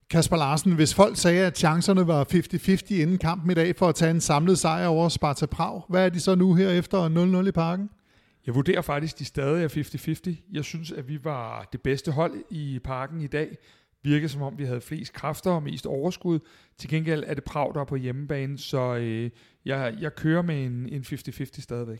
Kasper Larsen, hvis folk sagde, at chancerne var 50-50 inden kampen i dag for at tage en samlet sejr over Sparta Prag, hvad er de så nu her efter 0-0 i Parken? Jeg vurderer faktisk, de stadig er 50-50. Jeg synes, at vi var det bedste hold i Parken i dag. Virkede som om, vi havde flest kræfter og mest overskud. Til gengæld er det Prag, der er på hjemmebane, så jeg kører med en 50-50 stadigvæk.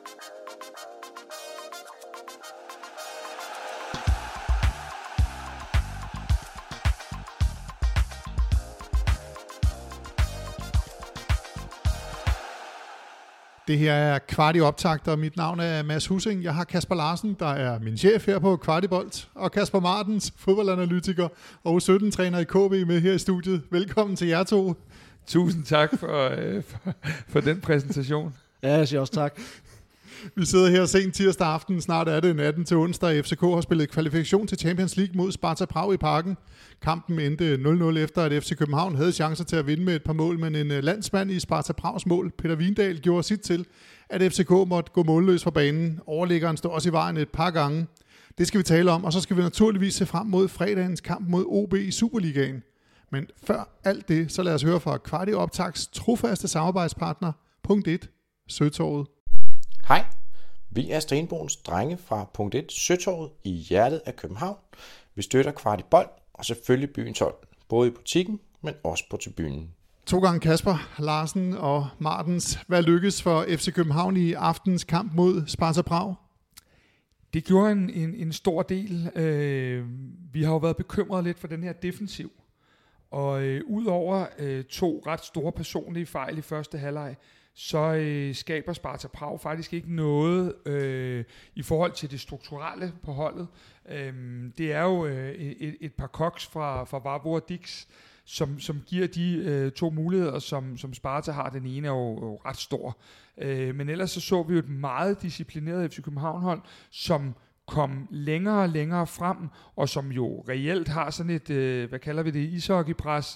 Det her er Kvart i optakt, og mit navn er Mads Hussing. Jeg har Kasper Larsen, der er min chef her på Kvartibolt, og Kasper Martens, fodboldanalytiker og U17-træner i KB med her i studiet. Velkommen til jer to. Tusind tak for den præsentation. Ja, jeg siger også tak. Vi sidder her sent tirsdag aften, snart er det natten til onsdag. FCK har spillet kvalifikation til Champions League mod Sparta Prag i Parken. Kampen endte 0-0 efter, at FC København havde chancer til at vinde med et par mål, men en landsmand i Sparta Prags mål, Peter Vindal, gjorde sit til, at FCK måtte gå målløs fra banen. Overliggeren stod også i vejen et par gange. Det skal vi tale om, og så skal vi naturligvis se frem mod fredagens kamp mod OB i Superligaen. Men før alt det, så lad os høre fra Kvart i optakts trofaste samarbejdspartner, punkt 1, Søtorvet. Hej, vi er Stenbogens drenge fra punkt 1 Søtorvet i hjertet af København. Vi støtter Kvartibolt og selvfølgelig byens hold, både i butikken, men også på tribunen. 2 gange Kasper Larsen og Martens. Hvad lykkes for FC København i aftens kamp mod Sparta Prag? Det gjorde en stor del. Vi har jo været bekymret lidt for den her defensiv. Og udover 2 ret store personlige fejl i første halvleg, så skaber Sparta Prag faktisk ikke noget i forhold til det strukturelle på holdet. Det er jo et par koks fra Vavro og Dix, som giver de 2 muligheder, som Sparta har. Den ene er jo ret stor. Men ellers så vi jo et meget disciplineret FC København-hold, som kom længere og længere frem, og som jo reelt har sådan et, hvad kalder vi det, ishockeypres,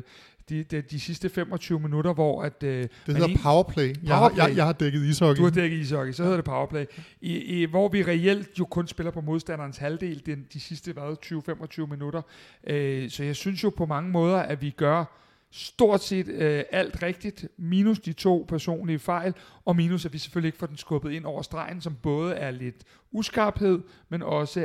de sidste 25 minutter, hvor at det hedder powerplay. Jeg har dækket ishockey. Du har dækket ishockey, så hedder det powerplay. Hvor vi reelt jo kun spiller på modstanderens halvdel de sidste 20-25 minutter. Så jeg synes jo på mange måder, at vi gør stort set alt rigtigt, minus de 2 personlige fejl, og minus at vi selvfølgelig ikke får den skubbet ind over stregen, som både er lidt uskarphed, men også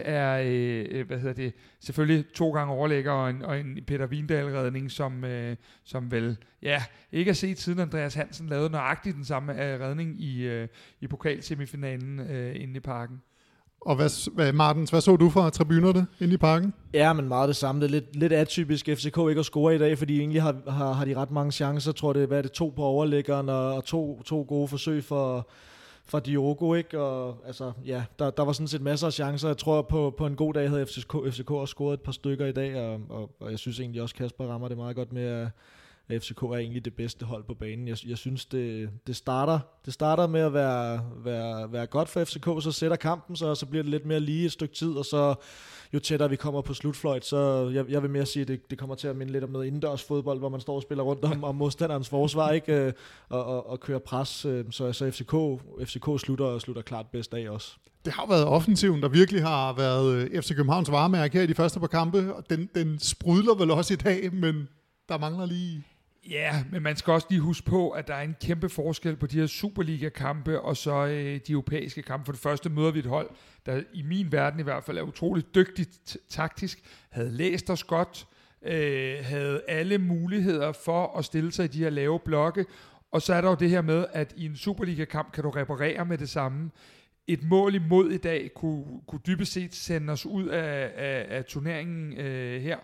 er, selvfølgelig 2 gange overlægger og en Peter Vindal-redning, som vel, ikke har set siden Andreas Hansen lavede nøjagtigt den samme redning i pokalsemifinalen inde i Parken. Og Martens, hvad så du fra tribunerne inde i Parken? Ja, men meget det samme. Det er lidt atypisk FCK ikke at score i dag, fordi egentlig har de ret mange chancer. Jeg tror, det er 2 på overliggeren og 2 gode forsøg for Diogo, ikke? Og altså, ja, der var sådan set masser af chancer. Jeg tror, på en god dag havde FCK også scoret et par stykker i dag, og jeg synes egentlig også, Kasper rammer det meget godt med, at FCK er egentlig det bedste hold på banen. Jeg synes, det starter med at være godt for FCK, så sætter kampen, så bliver det lidt mere lige et stykke tid, og så jo tættere vi kommer på slutfløjt, så jeg vil mere sige, at det kommer til at minde lidt om noget indendørs fodbold, hvor man står og spiller rundt om modstanderens forsvar, ikke? Og kører pres, så FCK slutter klart bedst af også. Det har været offensiven, der virkelig har været FC Københavns varemærke her i de første par kampe, og den sprudler vel også i dag, men der mangler lige... Ja, men man skal også lige huske på, at der er en kæmpe forskel på de her Superliga-kampe og så de europæiske kampe. For det første møder vi et hold, der i min verden i hvert fald er utroligt dygtigt taktisk, havde læst os godt, havde alle muligheder for at stille sig i de her lave blokke. Og så er der jo det her med, at i en Superliga-kamp kan du reparere med det samme. Et mål imod i dag kunne dybest set sende os ud af turneringen her.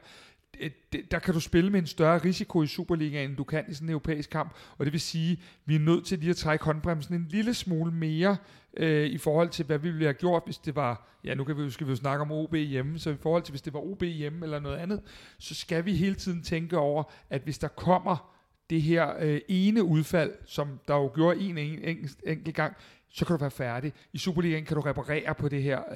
Der kan du spille med en større risiko i Superligaen, end du kan i sådan en europæisk kamp, og det vil sige, at vi er nødt til lige at trække håndbremsen en lille smule mere i forhold til, hvad vi ville have gjort, hvis det var, skal vi jo snakke om OB hjemme, så i forhold til, hvis det var OB hjemme eller noget andet, så skal vi hele tiden tænke over, at hvis der kommer det her ene udfald, som der jo gjorde en enkelt gang, så kan du være færdig. I Superligaen kan du reparere på det her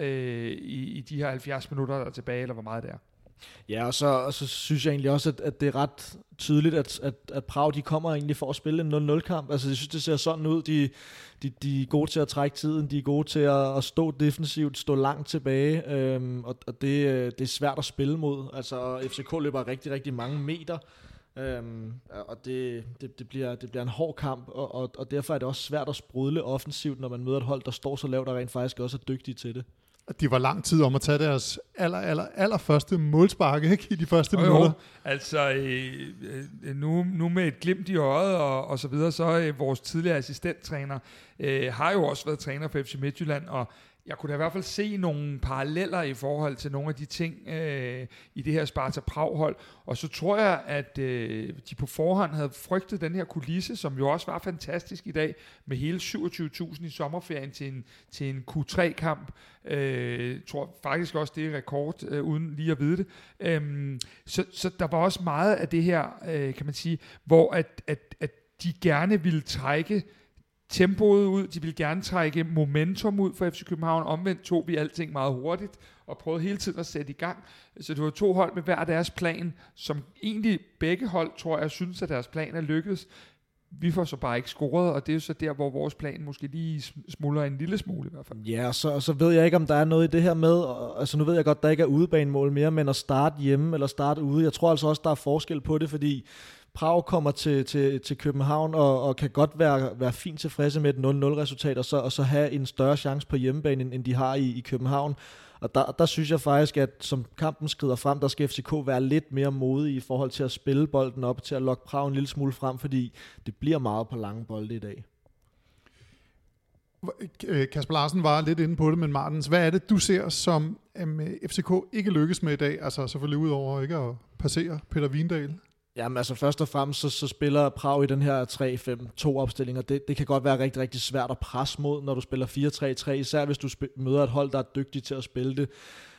i de her 70 minutter, der er tilbage, eller hvor meget det er. Ja, og så synes jeg egentlig også, at det tydeligt, at Prag, de kommer egentlig for at spille en 0-0-kamp. Altså, jeg synes, det ser sådan ud. De er gode til at trække tiden, de er gode til at stå defensivt, stå langt tilbage, og det er svært at spille mod. Altså, FCK løber rigtig, rigtig mange meter, og det bliver en hård kamp, og derfor er det også svært at sprudle offensivt, når man møder et hold, der står så lavt, og rent faktisk også er dygtige til det. De var lang tid om at tage deres aller første målspark, ikke, i de første minutter. Altså, nu med et glimt i øjet og så videre, så vores tidligere assistenttræner har jo også været træner for FC Midtjylland, og jeg kunne da i hvert fald se nogle paralleller i forhold til nogle af de ting i det her Sparta Prag-hold. Og så tror jeg, at de på forhånd havde frygtet den her kulisse, som jo også var fantastisk i dag, med hele 27.000 i sommerferien til en Q3-kamp. Tror faktisk også, det er rekord, uden lige at vide det. Så der var også meget af det her, kan man sige, hvor at de gerne ville trække tempoet ud, de ville gerne trække momentum ud for FC København. Omvendt tog vi alting meget hurtigt og prøvede hele tiden at sætte i gang. Så det var 2 hold med hver deres plan, som egentlig begge hold, tror jeg, synes, at deres plan er lykkedes. Vi får så bare ikke scoret, og det er jo så der, hvor vores plan måske lige smuldrer en lille smule i hvert fald. Ja, så ved jeg ikke, om der er noget i det her med, altså nu ved jeg godt, der ikke er udebanemål mere, men at starte hjemme eller starte ude, jeg tror altså også, der er forskel på det, fordi Prag kommer til København og kan godt være fint tilfredse med et 0-0-resultat, og så have en større chance på hjemmebane, end de har i København. Og der synes jeg faktisk, at som kampen skrider frem, der skal FCK være lidt mere modige i forhold til at spille bolden op, til at lokke Prag en lille smule frem, fordi det bliver meget på lange bolde i dag. Kasper Larsen var lidt inde på det, men Martens, hvad er det, du ser, som FCK ikke lykkes med i dag? Altså selvfølgelig ud over ikke at passere Peter Vindal. Jamen altså først og fremmest så spiller Prag i den her 3-5-2 opstilling, og det kan godt være rigtig, rigtig svært at presse mod, når du spiller 4-3-3, især hvis du møder et hold, der er dygtigt til at spille det.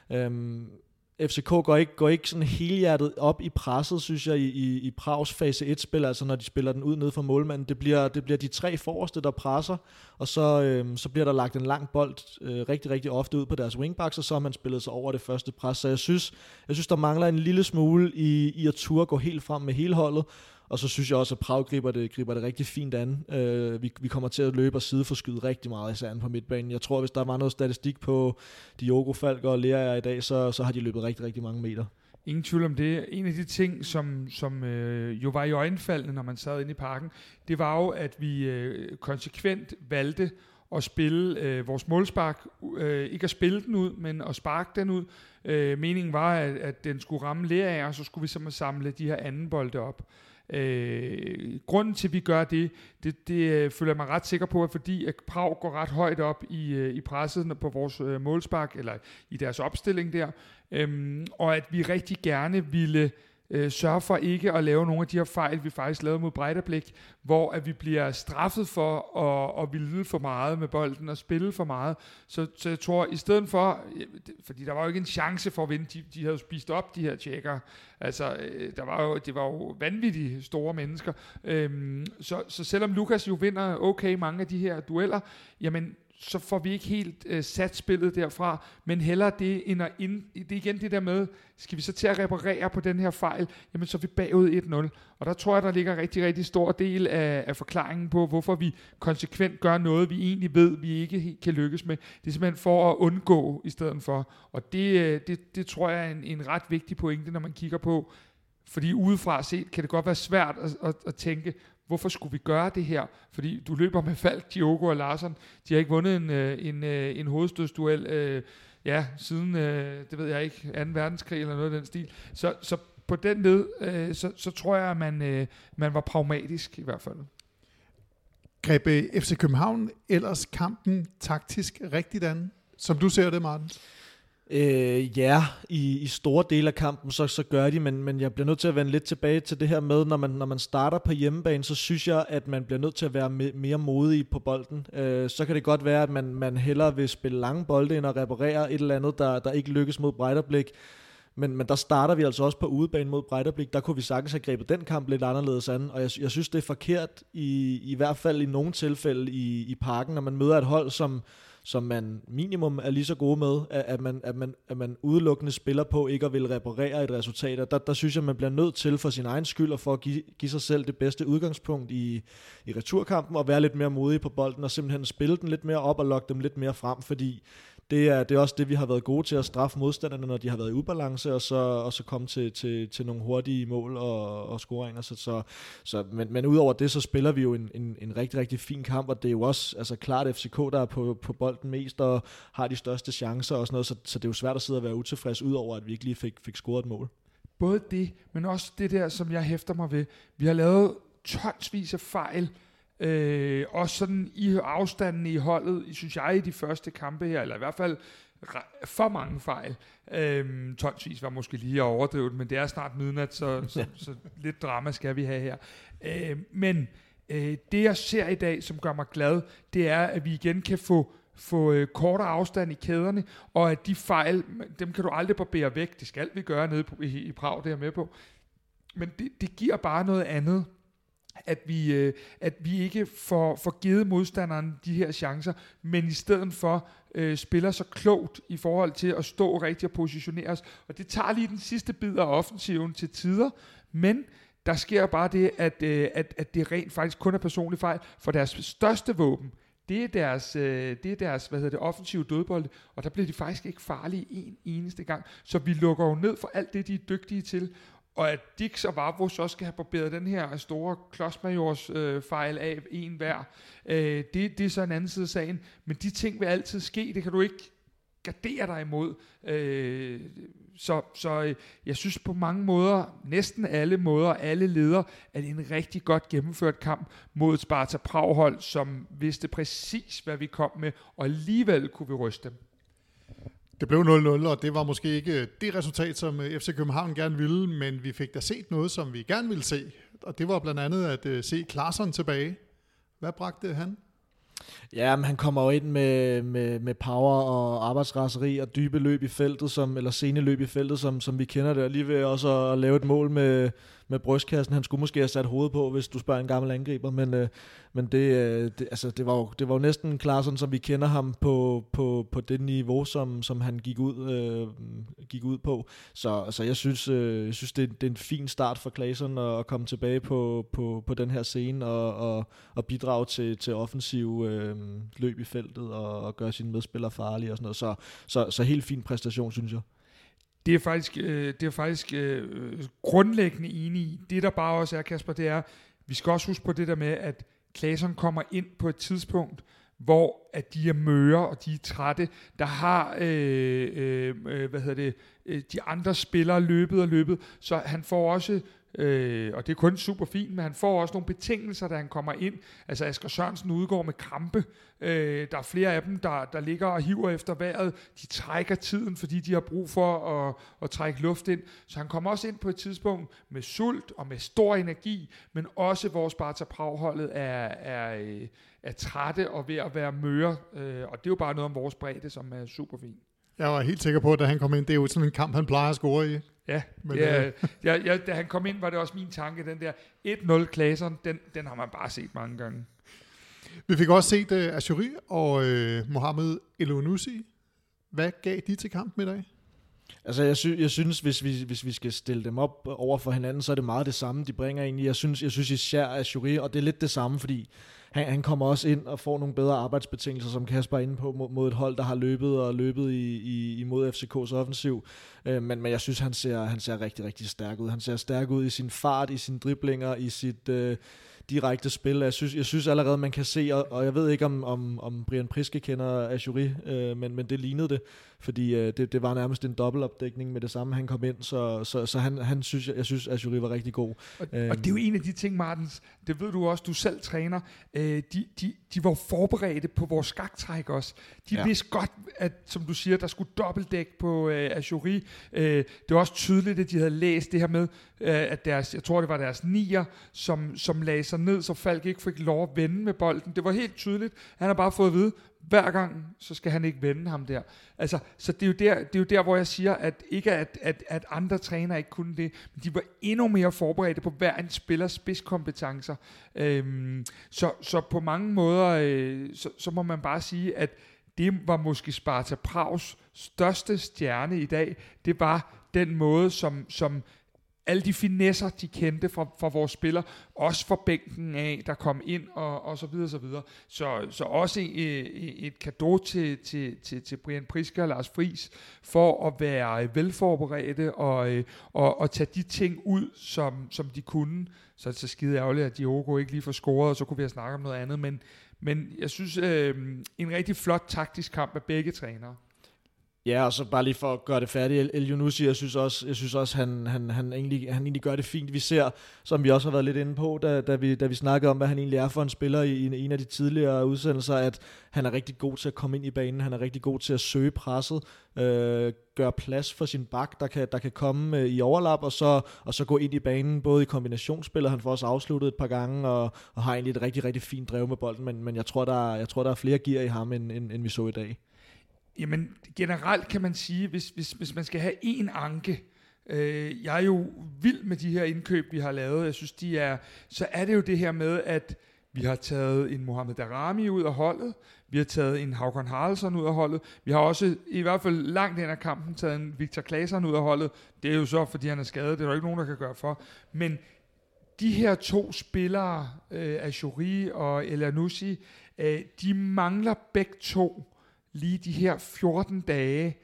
FCK går ikke sådan helhjertet op i presset, synes jeg, i Prags fase 1-spil, altså når de spiller den ud ned fra målmanden. Det bliver de 3 forreste, der presser, og så bliver der lagt en lang bold rigtig, rigtig ofte ud på deres wingbacks, og så har man spillet sig over det første pres. Så jeg synes der mangler en lille smule i at turde gå helt frem med hele holdet, og så synes jeg også, at Prag griber det rigtig fint an. Vi kommer til at løbe og sideforskyde rigtig meget, især på midtbanen. Jeg tror, hvis der var noget statistik på Diogo Falk og Lea i dag, så har de løbet rigtig, rigtig mange meter. Ingen tvivl om det. En af de ting, som jo var i øjenfaldene, når man sad inde i parken, det var jo, at vi konsekvent valgte at spille vores målspark. Ikke at spille den ud, men at sparke den ud. Meningen var, at den skulle ramme Lea, og så skulle vi så samle de her anden bolde op. Grunden til, at vi gør det føler jeg mig ret sikker på, at fordi at Prag går ret højt op i presset på vores målspark, eller i deres opstilling der, og at vi rigtig gerne ville sørge for ikke at lave nogle af de her fejl, vi faktisk lavede mod Breidablik, hvor at vi bliver straffet for at ville lyde for meget med bolden og spille for meget. Så jeg tror, i stedet for, fordi der var jo ikke en chance for at vinde, de havde jo spist op, de her tjekkere. Altså, det var jo vanvittigt store mennesker. Så selvom Lukas jo vinder okay mange af de her dueller, jamen, så får vi ikke helt sat spillet derfra, men hellere det end det er igen det der med, skal vi så til at reparere på den her fejl, jamen så er vi bagud 1-0. Og der tror jeg, der ligger rigtig, rigtig stor del af forklaringen på, hvorfor vi konsekvent gør noget, vi egentlig ved, vi ikke kan lykkes med. Det er simpelthen for at undgå i stedet for. Og det tror jeg er en ret vigtig pointe, når man kigger på, fordi udefra set kan det godt være svært at tænke, hvorfor skulle vi gøre det her? Fordi du løber med Falk, Diogo og Larsson. De har ikke vundet en hovedstødsduel siden, det ved jeg ikke, 2. verdenskrig eller noget af den stil. Så på den led, så tror jeg, at man var pragmatisk i hvert fald. Greb FC København ellers kampen taktisk rigtigt an, som du ser det, Martin? I store dele af kampen, så gør de, men jeg bliver nødt til at vende lidt tilbage til det her med, når man starter på hjemmebane, så synes jeg, at man bliver nødt til at være mere modig på bolden. Så kan det godt være, at man hellere vil spille lange bolde, end at reparere et eller andet, der ikke lykkes mod Breidablik. Men der starter vi altså også på udebane mod Breidablik. Der kunne vi sagtens have grebet den kamp lidt anderledes an, og jeg synes, det er forkert, i hvert fald i nogle tilfælde i parken, når man møder et hold, som som man minimum er lige så gode med, at man udelukkende spiller på ikke at vil reparere et resultat, og der synes jeg, man bliver nødt til for sin egen skyld, og for at give sig selv det bedste udgangspunkt i returkampen, og være lidt mere modig på bolden, og simpelthen spille den lidt mere op, og lokke dem lidt mere frem, fordi det er også det, vi har været gode til at straffe modstanderne, når de har været i ubalance, og så komme til nogle hurtige mål og scoringer. Men udover det, så spiller vi jo en rigtig, rigtig fin kamp, og det er jo også altså klart FCK, der er på bolden mest, og har de største chancer og sådan noget, så det er jo svært at sidde og være utilfreds, udover at vi ikke lige fik scoret et mål. Både det, men også det der, som jeg hæfter mig ved. Vi har lavet tonsvis af fejl, også sådan i afstanden i holdet, synes jeg, i de første kampe her, eller i hvert fald for mange fejl. Tonsvis var måske lige overdrevet, men det er snart midnat, så lidt drama skal vi have her. Men det jeg ser i dag, som gør mig glad, det er, at vi igen kan få kortere afstand i kæderne, og at de fejl, dem kan du aldrig barbere væk. Det skal vi gøre nede i Prag, det er jeg med på. Men det giver bare noget andet, at vi ikke får givet modstanderen de her chancer, men i stedet for spiller så klogt i forhold til at stå rigtigt og positionere os. Og det tager lige den sidste bid af offensiven til tider, men der sker bare det, at det rent faktisk kun er personlig fejl, for deres største våben, det er deres offensive dødbolde, og der bliver de faktisk ikke farlige en eneste gang. Så vi lukker jo ned for alt det, de er dygtige til, og at Dix og Vavros også skal have barberet den her store klodsmajors fejl af en hver, det er så en anden side af sagen. Men de ting vil altid ske, det kan du ikke gardere dig imod. Så jeg synes på mange måder, næsten alle måder, alle leder, at det er en rigtig godt gennemført kamp mod et Sparta Prag-hold, som vidste præcis, hvad vi kom med, og alligevel kunne vi ryste dem. Det blev 0-0, og det var måske ikke det resultat, som FC København gerne ville, men vi fik da set noget, som vi gerne ville se. Og det var blandt andet at se Claesson tilbage. Hvad bragte han? Ja, men han kommer jo ind med power og arbejdsraseri og dybe løb i feltet, eller sene løb i feltet, som vi kender det. Og lige ved også at lave et mål med brystkassen. Han skulle måske have sat hovedet på, hvis du spørger en gammel angriber, men det var jo næsten Claesson, som vi kender ham på det niveau, som han gik ud på. Så jeg synes det er en fin start for Claesson at komme tilbage på den her scene og bidrage til offensiv løb i feltet og gøre sine medspillere farlige og sådan noget. Så helt fin præstation, synes jeg. Det er faktisk grundlæggende enig i. Det der bare også er, Kasper, det er, vi skal også huske på det der med, at Claesson kommer ind på et tidspunkt, hvor at de er møre og de er trætte. Der har de andre spillere løbet, så han får også og det er kun super fint, men han får også nogle betingelser, da han kommer ind. Altså Asger Sørensen udgår med krampe. Der er flere af dem, der ligger og hiver efter vejret. De trækker tiden, fordi de har brug for at trække luft ind. Så han kommer også ind på et tidspunkt med sult og med stor energi, men også hvor Sparta Prag-holdet er trætte og ved at være møre. Og det er jo bare noget om vores bredde, som er super fint. Jeg var helt sikker på, at da han kom ind, det er jo sådan en kamp, han plejer at score i. Ja, men, da han kom ind, var det også min tanke, den der 1-0 Claesson, den har man bare set mange gange. Vi fik også set Achouri og Mohamed Elyounoussi. Hvad gav de til kampen i dag? Altså jeg synes hvis vi skal stille dem op over for hinanden, så er det meget det samme, de bringer egentlig. Jeg synes især Achouri, og det er lidt det samme, fordi han kommer også ind og får nogle bedre arbejdsbetingelser, som Kasper er inde på, mod et hold, der har løbet imod FCK's offensiv. Men jeg synes, han ser rigtig, rigtig stærk ud. Han ser stærk ud i sin fart, i sine driblinger, i sit direkte spil. Jeg synes allerede, man kan se, og jeg ved ikke, om Brian Priske kender Achouri, men det lignede det, fordi det var nærmest en dobbeltopdækning med det samme, han kom ind, så jeg synes, Achouri var rigtig god. Og det er jo en af de ting, Martens, det ved du også, du selv træner, de var forberedte på vores skaktræk også. De vidste godt, at som du siger, der skulle dobbeltdæk på Achouri. Det var også tydeligt, at de havde læst det her med, at jeg tror det var deres nier, som lagde sig ned, så Falk ikke fik lov at vende med bolden. Det var helt tydeligt. Han har bare fået at vide, hver gang, så skal han ikke vende ham der. Altså, så det er jo der, hvor jeg siger, at ikke at andre trænere ikke kunne det, men de var endnu mere forberedte på hver en spillers spidskompetencer. Så på mange måder, så må man bare sige, at det var måske Sparta Prags største stjerne i dag. Det var den måde, som alle de finesser, de kendte fra vores spillere, også fra bænken af, der kom ind, og så videre, så videre. Så også et cadeau til Brian Priske og Lars Friis, for at være velforberedte, og tage de ting ud, som de kunne. Så er det så skide ærgerligt, at Diogo ikke lige får scoret, og så kunne vi have snakket om noget andet, men jeg synes, en rigtig flot taktisk kamp af begge trænere. Ja, og så bare lige for at gøre det færdigt, Elyounoussi, jeg synes også han egentlig gør det fint. Vi ser, som vi også har været lidt inde på, da vi snakkede om, hvad han egentlig er for en spiller i en af de tidligere udsendelser, at han er rigtig god til at komme ind i banen, han er rigtig god til at søge presset, gøre plads for sin bak, der kan komme i overlap, og så gå ind i banen, både i kombinationsspil, han får også afsluttet et par gange, og har egentlig et rigtig, rigtig fint drev med bolden, men jeg tror, der er flere gear i ham, end vi så i dag. Jamen, generelt kan man sige, hvis man skal have en anke, jeg er jo vild med de her indkøb, vi har lavet, jeg synes, så er det jo det her med, at vi har taget en Mohamed Daramy ud af holdet, vi har taget en Håkon Haraldsson ud af holdet, vi har også, i hvert fald langt hen ad kampen, taget en Victor Claesson ud af holdet, det er jo så, fordi han er skadet, det er der ikke nogen, der kan gøre for, men de her to spillere, Achouri og Elyounoussi, de mangler begge to lige de her 14 dage,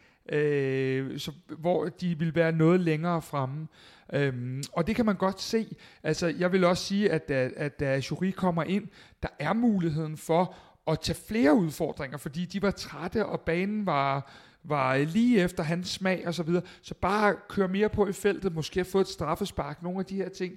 hvor de vil være noget længere fremme. Og det kan man godt se. Altså, jeg vil også sige, at da Achouri kommer ind, der er muligheden for at tage flere udfordringer, fordi de var trætte, og banen var lige efter hans smag og så videre. Så bare køre mere på i feltet, måske få et straffespark, nogle af de her ting.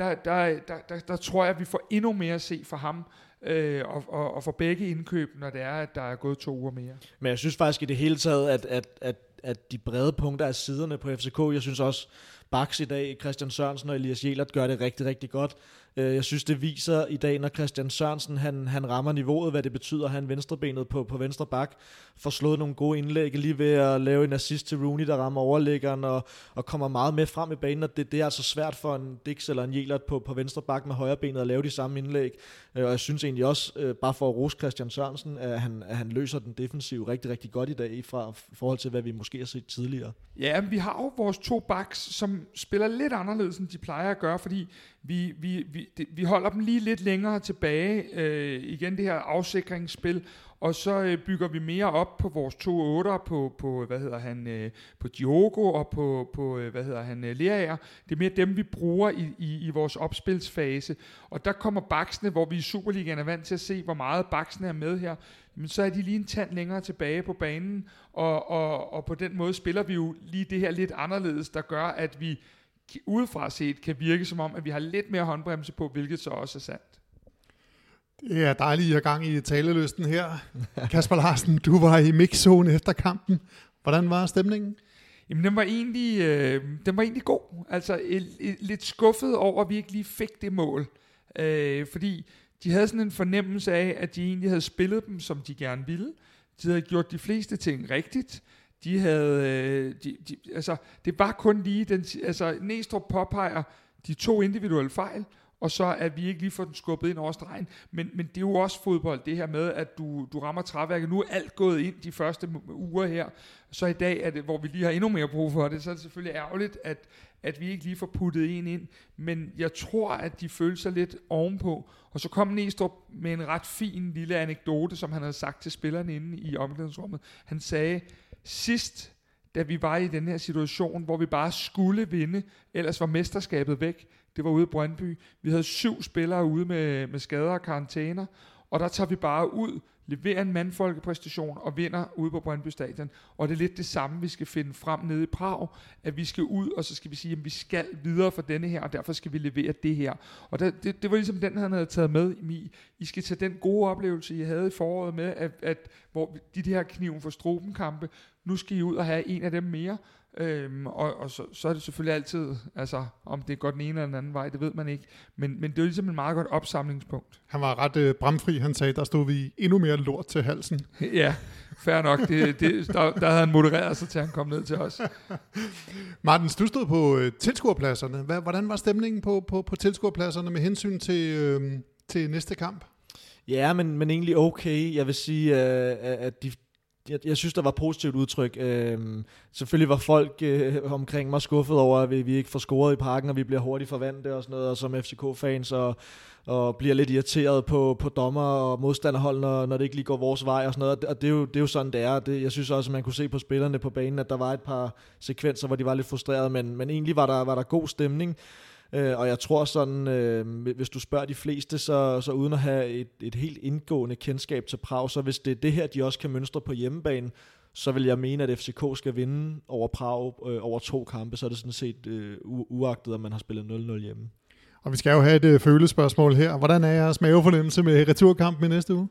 Der tror jeg, at vi får endnu mere at se fra ham, og for begge indkøb, når det er, at der er gået 2 uger mere. Men jeg synes faktisk i det hele taget, at de brede punkter af siderne på FCK, jeg synes også, Baks i dag, Christian Sørensen og Elias Jelert gør det rigtig, rigtig godt. Jeg synes, det viser i dag, når Christian Sørensen han rammer niveauet, hvad det betyder at have en venstrebenet på venstre bak, får slået nogle gode indlæg, lige ved at lave en assist til Rooney, der rammer overliggeren og kommer meget med frem i banen, og det er altså svært for en Dix eller en Jelert på venstre bak med højre benet at lave de samme indlæg. Og jeg synes egentlig også, bare for at rose Christian Sørensen, at han løser den defensive rigtig, rigtig godt i dag i forhold til, hvad vi måske har set tidligere. Ja, vi har jo vores 2 backs, som spiller lidt anderledes, end de plejer at gøre, fordi vi holder dem lige lidt længere tilbage, igen det her afsikringsspil, og så bygger vi mere op på vores 2 8'er, på Diogo og på Lerager. Det er mere dem, vi bruger i vores opspilsfase, og der kommer baksene, hvor vi i Superligaen er vant til at se, hvor meget baksene er med her, men så er de lige en tand længere tilbage på banen, og på den måde spiller vi jo lige det her lidt anderledes, der gør, at vi udefra set kan virke som om, at vi har lidt mere håndbremse på, hvilket så også er sandt. Det er dejligt, at I er gang i talelysten her. Kasper Larsen, du var i mixzone efter kampen. Hvordan var stemningen? Jamen, den var egentlig god. Altså, lidt skuffet over, at vi ikke lige fik det mål. Fordi de havde sådan en fornemmelse af, at de egentlig havde spillet dem, som de gerne ville. De havde gjort de fleste ting rigtigt. De havde, det var kun lige, Næstrup påpeger de 2 individuelle fejl, og så at vi ikke lige får den skubbet ind over stregen. Men det er jo også fodbold, det her med, at du rammer træværket. Nu er alt gået ind de første uger her, så i dag, er det, hvor vi lige har endnu mere brug for det, så er det selvfølgelig ærgerligt, at vi ikke lige får puttet en ind. Men jeg tror, at de følte sig lidt ovenpå. Og så kom Næstrup med en ret fin lille anekdote, som han havde sagt til spillerne inde i omklædningsrummet. Han sagde, sidst, da vi var i den her situation, hvor vi bare skulle vinde, ellers var mesterskabet væk, det var ude i Brøndby. Vi havde 7 spillere ude med skader og karantæner, og der tager vi bare ud, leverer en mandfolkepræstation og vinder ude på Brøndby Stadion. Og det er lidt det samme, vi skal finde frem nede i Prag, at vi skal ud, og så skal vi sige, at vi skal videre for denne her, og derfor skal vi levere det her. Og det var ligesom den, han havde taget med I skal tage den gode oplevelse, I havde i foråret med, at hvor de her kniven for struben-kampe, nu skal I ud og have en af dem mere. Og så er det selvfølgelig altid, altså om det går den ene eller den anden vej, det ved man ikke, men det er jo ligesom et meget godt opsamlingspunkt. Han var ret bramfri, han sagde, der stod vi endnu mere lort til halsen. Ja, fair nok, der havde han modereret sig til han kom ned til os. Martins, du stod på tilskuerpladserne. Hvordan var stemningen på tilskuerpladserne med hensyn til næste kamp? Ja, men egentlig okay. Jeg vil sige, at jeg synes, der var positivt udtryk. Selvfølgelig var folk omkring mig skuffet over, at vi ikke får scoret i Parken, og vi bliver hurtigt forvandlet og sådan noget, og som FCK-fans, og bliver lidt irriteret på dommer og modstanderhold, når det ikke lige går vores vej og sådan noget. Og det er jo sådan, det er. Jeg synes også, at man kunne se på spillerne på banen, at der var et par sekvenser, hvor de var lidt frustrerede, men egentlig var der god stemning. Og jeg tror sådan, hvis du spørger de fleste, så uden at have et helt indgående kendskab til Prag, så hvis det er det her, de også kan mønstre på hjemmebane, så vil jeg mene, at FCK skal vinde over Prag over 2 kampe, så er det sådan set uagtet, at man har spillet 0-0 hjemme. Og vi skal jo have et følespørgsmål her. Hvordan er jeres mavefornemmelse med returkampen i næste uge?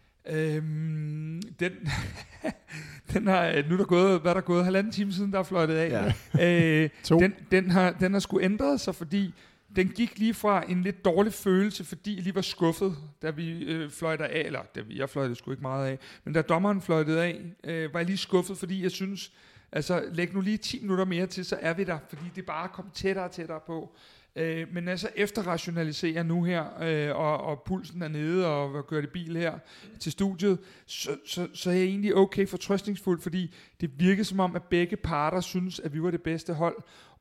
Den har, nu er der gået, hvad er der gået, 1,5 time siden, der er fløjtet af. Ja. Den har sgu ændret sig, fordi den gik lige fra en lidt dårlig følelse, fordi jeg lige var skuffet, da vi fløjtede af, eller jeg fløjtede sgu ikke meget af, men da dommeren fløjtede af, var jeg lige skuffet, fordi jeg synes, altså læg nu lige 10 minutter mere til, så er vi der, fordi det bare kommer tættere og tættere på. Men altså efterrationalisere nu her, og pulsen er nede, og gør det bil her til studiet, så er jeg egentlig okay fortrøstningsfuld, fordi det virker som om, at begge parter synes, at vi var det bedste hold.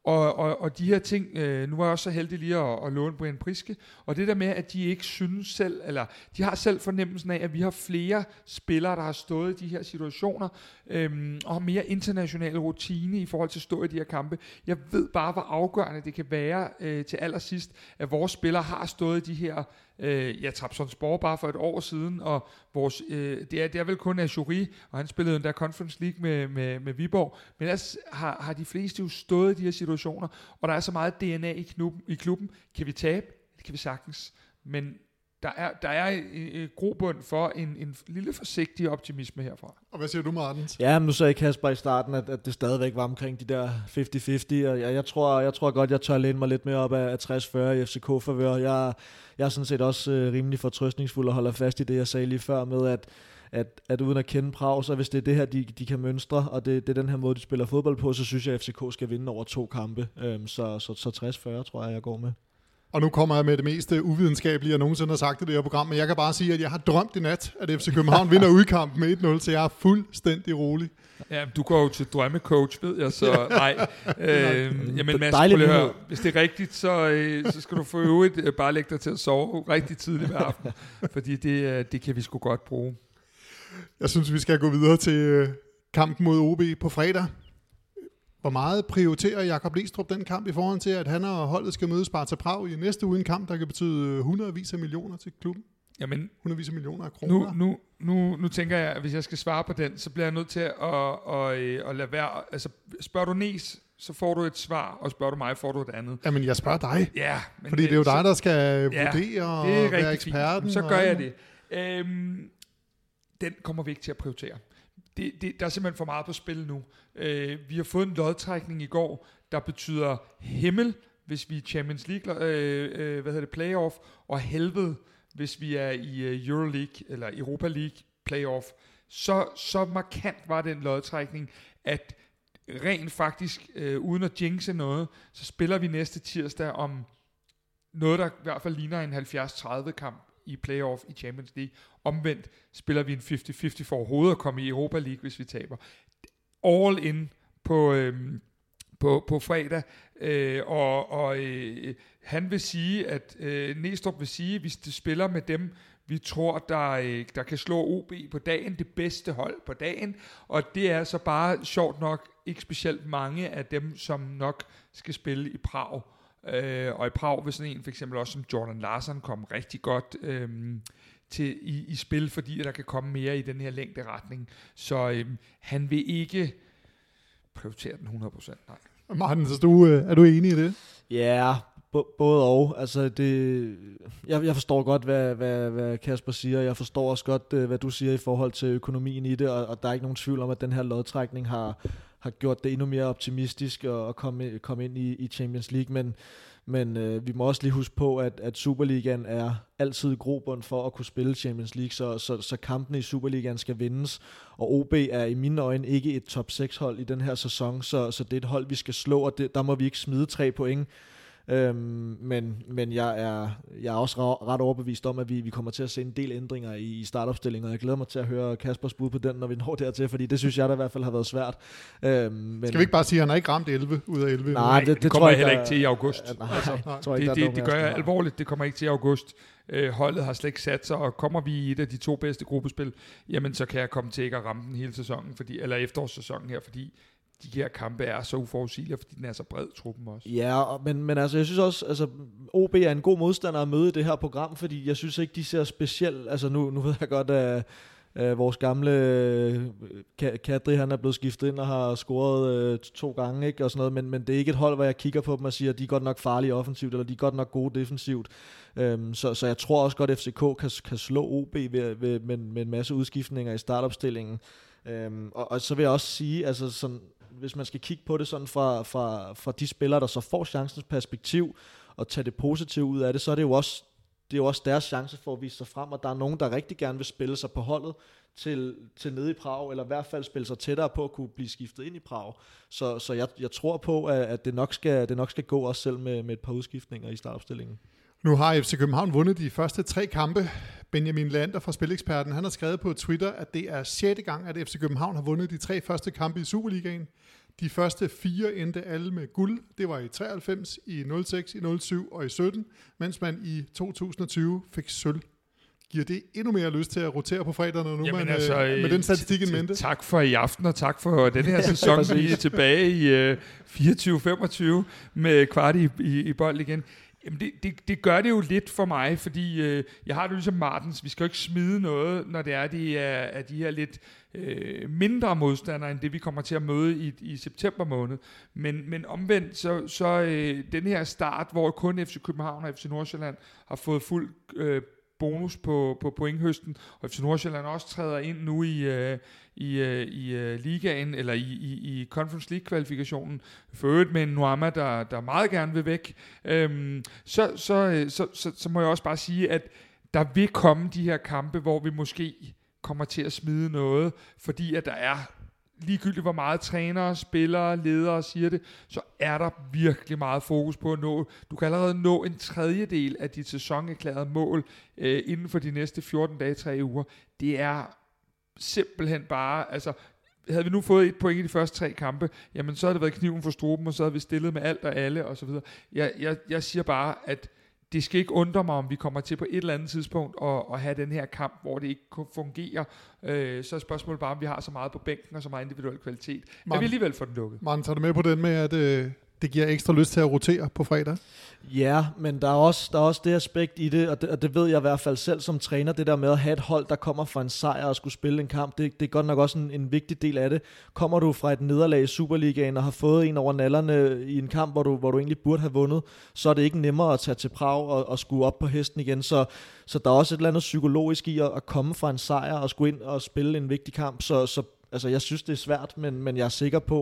Og de her ting, nu var jeg også så heldig lige at låne Brian Priske, og det der med, at de ikke synes selv, eller de har selv fornemmelsen af, at vi har flere spillere, der har stået i de her situationer, og har mere international rutine i forhold til at stå i de her kampe. Jeg ved bare, hvor afgørende det kan være til allersidst, at vores spillere har stået i de her, Trabzonspor bare for et år siden, og vores, det er vel kun Ajuri, og han spillede den der Conference League med Viborg, men ellers har de fleste jo stået i de her situationer, og der er så meget DNA i klubben. Kan vi tabe? Det kan vi sagtens, men der er grobund for en lille forsigtig optimisme herfra. Og hvad siger du, Martens? Ja, men nu sagde Kasper i starten, at det stadigvæk var omkring de der 50-50, og jeg tror godt, jeg tør læne mig lidt mere op af 60-40 i FCK-favør. Jeg er sådan set også rimelig fortrøstningsfuld og holder fast i det, jeg sagde lige før med, at uden at kende Prag, så hvis det er det her, de kan mønstre, og det er den her måde, de spiller fodbold på, så synes jeg, at FCK skal vinde over 2 kampe. Så 60-40 tror jeg går med. Og nu kommer jeg med det mest uvidenskabelige, jeg nogensinde har sagt i det her program, men jeg kan bare sige, at jeg har drømt i nat, at FC København vinder udkampen med 1-0, så jeg er fuldstændig rolig. Ja, du går jo til drømmecoach, ved jeg, så nej. Jamen Mads, høre, hvis det er rigtigt, så skal du for øvrigt bare lægge dig til at sove rigtig tidligt hver aften, fordi det kan vi sgu godt bruge. Jeg synes, vi skal gå videre til kampen mod OB på fredag. Hvor meget prioriterer Jakob Lestrup den kamp i forhold til, at han og holdet skal møde Sparta Prag i næste uge, en kamp, der kan betyde hundredvis af millioner til klubben? Jamen, hundredvis af millioner af kroner. Nu tænker jeg, at hvis jeg skal svare på den, så bliver jeg nødt til at lade være. Altså, spørger du Nes, så får du et svar, og spørger du mig, får du et andet. Jamen, jeg spørger dig. Ja. Men fordi det er jo dig, der skal vurdere og være eksperten. Fint. Så gør jeg det. Den kommer vi ikke til at prioritere. Der er simpelthen for meget på spil nu. Vi har fået en lodtrækning i går, der betyder himmel, hvis vi er Champions League playoff, og helvede, hvis vi er i Euroleague eller Europa League playoff. Så markant var den lodtrækning, at rent faktisk, uden at jinxe noget, så spiller vi næste tirsdag om noget, der i hvert fald ligner en 70-30 kamp i playoff i Champions League. Omvendt spiller vi en 50-50 for overhovedet at komme i Europa League, hvis vi taber. All in på fredag, og han vil sige, at Næstrup vil sige, at hvis de spiller med dem, vi tror, der kan slå OB på dagen, det bedste hold på dagen, og det er så bare sjovt nok ikke specielt mange af dem, som nok skal spille i Prag. Og i Prag vil sådan en for eksempel også som Jordan Larsson komme rigtig godt i spil, fordi der kan komme mere i den her længderetning. Så han vil ikke prioritere den 100%. Nej. Martin, så er du enig i det? Ja, både og. Altså jeg forstår godt, hvad Kasper siger. Jeg forstår også godt, hvad du siger i forhold til økonomien i det, og der er ikke nogen tvivl om, at den her lodtrækning har gjort det endnu mere optimistisk at komme ind i Champions League, men vi må også lige huske på, at Superligaen er altid grobund for at kunne spille Champions League, så kampene i Superligaen skal vindes, og OB er i mine øjne ikke et top 6 hold i den her sæson, så det er et hold, vi skal slå, og der må vi ikke smide 3 point Men jeg er også ret overbevist om, at vi kommer til at se en del ændringer i startopstillingen, og jeg glæder mig til at høre Kaspers bud på den, når vi når dertil, fordi det synes jeg da i hvert fald har været svært. Men skal vi ikke bare sige, at han har ikke ramt 11 ud af 11? Nej, det kommer jeg heller ikke til i august. Det gør jeg alvorligt, det kommer ikke til i august. Holdet har slet ikke sat sig, og kommer vi i et af de 2 bedste gruppespil, jamen så kan jeg komme til ikke at ramme den hele sæsonen, eller efterårssæsonen her, fordi de her kampe er så uforudsigelige, fordi den er så bred, truppen også. Ja, men altså, jeg synes også, altså, OB er en god modstander at møde i det her program, fordi jeg synes ikke, de ser specielt, altså nu ved jeg godt, at vores gamle Kadri, han er blevet skiftet ind og har scoret 2 gange, ikke, og sådan noget, men det er ikke et hold, hvor jeg kigger på dem og siger, at de er godt nok farlige offensivt, eller de er godt nok gode defensivt. Så jeg tror også godt, at FCK kan slå OB med en masse udskiftninger i startopstillingen. Og så vil jeg også sige, altså sådan, hvis man skal kigge på det sådan fra de spillere, der så får chancens perspektiv og tage det positive ud af det, så er det jo også deres chance for at vise sig frem, og der er nogen, der rigtig gerne vil spille sig på holdet til nede i Prag, eller i hvert fald spille sig tættere på at kunne blive skiftet ind i Prag. Så jeg tror på, at det nok skal gå også selv med et par udskiftninger i startopstillingen. Nu har FC København vundet de første 3 kampe. Benjamin Lander fra Spileksperten, han har skrevet på Twitter, at det er 6. gang, at FC København har vundet de 3 første kampe i Superligaen. De første 4 endte alle med guld. Det var i 93, i 06, i 07 og i 17, mens man i 2020 fik sølv. Giver det endnu mere lyst til at rotere på fredag, når nu man med den statistik i mente? Tak for i aften, og tak for den her sæson. Vi er tilbage i 24-25 med kvart i bold igen. Jamen det gør det jo lidt for mig, fordi jeg har det ligesom Martens, vi skal jo ikke smide noget, når det er de her lidt mindre modstandere, end det vi kommer til at møde i september måned. Men omvendt, så den her start, hvor kun FC København og FC Nordsjælland har fået fuld bonus på pointhøsten, og FC Nordsjælland også træder ind nu i ligaen, eller i Conference League-kvalifikationen, for øvrigt med en Nuama, der meget gerne vil væk, så må jeg også bare sige, at der vil komme de her kampe, hvor vi måske kommer til at smide noget, fordi at der er ligegyldigt hvor meget trænere, spillere, ledere siger det, så er der virkelig meget fokus på at nå. Du kan allerede nå en tredjedel af dit sæsonerklærede mål inden for de næste 14 dage, 3 uger. Det er simpelthen bare, altså havde vi nu fået 1 point i de første 3 kampe, jamen så havde det været kniven for struben, og så havde vi stillet med alt og alle og så videre. Jeg siger bare, at det skal ikke undre mig, om vi kommer til på et eller andet tidspunkt at have den her kamp, hvor det ikke fungerer. Så er spørgsmålet bare, om vi har så meget på bænken og så meget individuel kvalitet. Jeg vil alligevel få den lukket. Martin, tager du med på den med, at det giver ekstra lyst til at rotere på fredag? Ja, men der er også det aspekt i det, og det ved jeg i hvert fald selv som træner, det der med at have et hold, der kommer fra en sejr og skulle spille en kamp, det er godt nok også en vigtig del af det. Kommer du fra et nederlag i Superligaen og har fået en over nallerne i en kamp, hvor du egentlig burde have vundet, så er det ikke nemmere at tage til Prag og skue op på hesten igen. Så der er også et eller andet psykologisk i at komme fra en sejr og skulle ind og spille en vigtig kamp. Så altså, jeg synes, det er svært, men jeg er sikker på,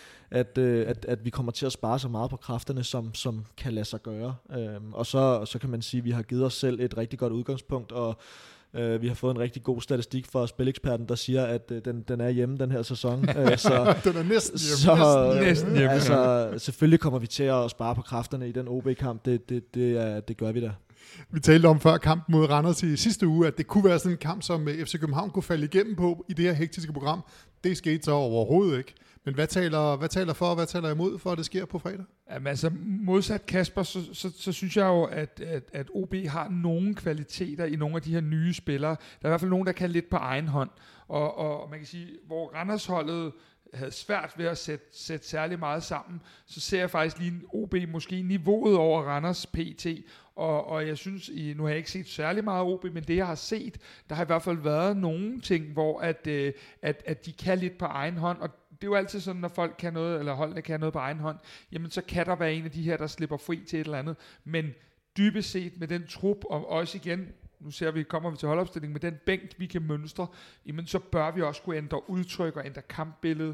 at vi kommer til at spare så meget på kræfterne, som kan lade sig gøre. Og så kan man sige, at vi har givet os selv et rigtig godt udgangspunkt, og vi har fået en rigtig god statistik fra Spileksperten, der siger, at den er hjemme den her sæson. Så, den er næsten hjemme. Altså, selvfølgelig kommer vi til at spare på kræfterne i den OB-kamp. Det gør vi da. Vi talte om før kampen mod Randers i sidste uge, at det kunne være sådan en kamp, som FC København kunne falde igennem på i det her hektiske program. Det skete så overhovedet ikke. Men hvad taler for, og hvad taler imod for, at det sker på fredag? Jamen altså, modsat Kasper, så synes jeg jo, at OB har nogle kvaliteter i nogle af de her nye spillere. Der er i hvert fald nogen, der kan lidt på egen hånd. Og man kan sige, hvor Randersholdet havde svært ved at sætte særlig meget sammen, så ser jeg faktisk lige OB måske niveauet over Randers PT, og jeg synes, nu har jeg ikke set særlig meget OB, men det jeg har set, der har i hvert fald været nogle ting, hvor at de kan lidt på egen hånd, og det er jo altid sådan, når folk kan noget, eller holdene kan noget på egen hånd, jamen så kan der være en af de her, der slipper fri til et eller andet, men dybest set med den trup, og også igen, nu kommer vi til holdopstilling, med den bænk, vi kan mønstre, jamen så bør vi også kunne ændre udtryk og ændre kampbillede,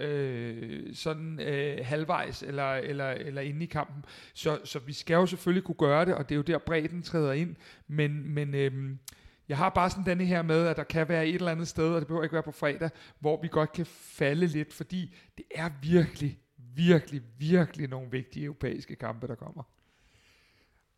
halvvejs eller inde i kampen. Så vi skal jo selvfølgelig kunne gøre det, og det er jo der bredden træder ind, men jeg har bare sådan denne her med, at der kan være et eller andet sted, og det behøver ikke være på fredag, hvor vi godt kan falde lidt, fordi det er virkelig, virkelig, virkelig nogle vigtige europæiske kampe, der kommer.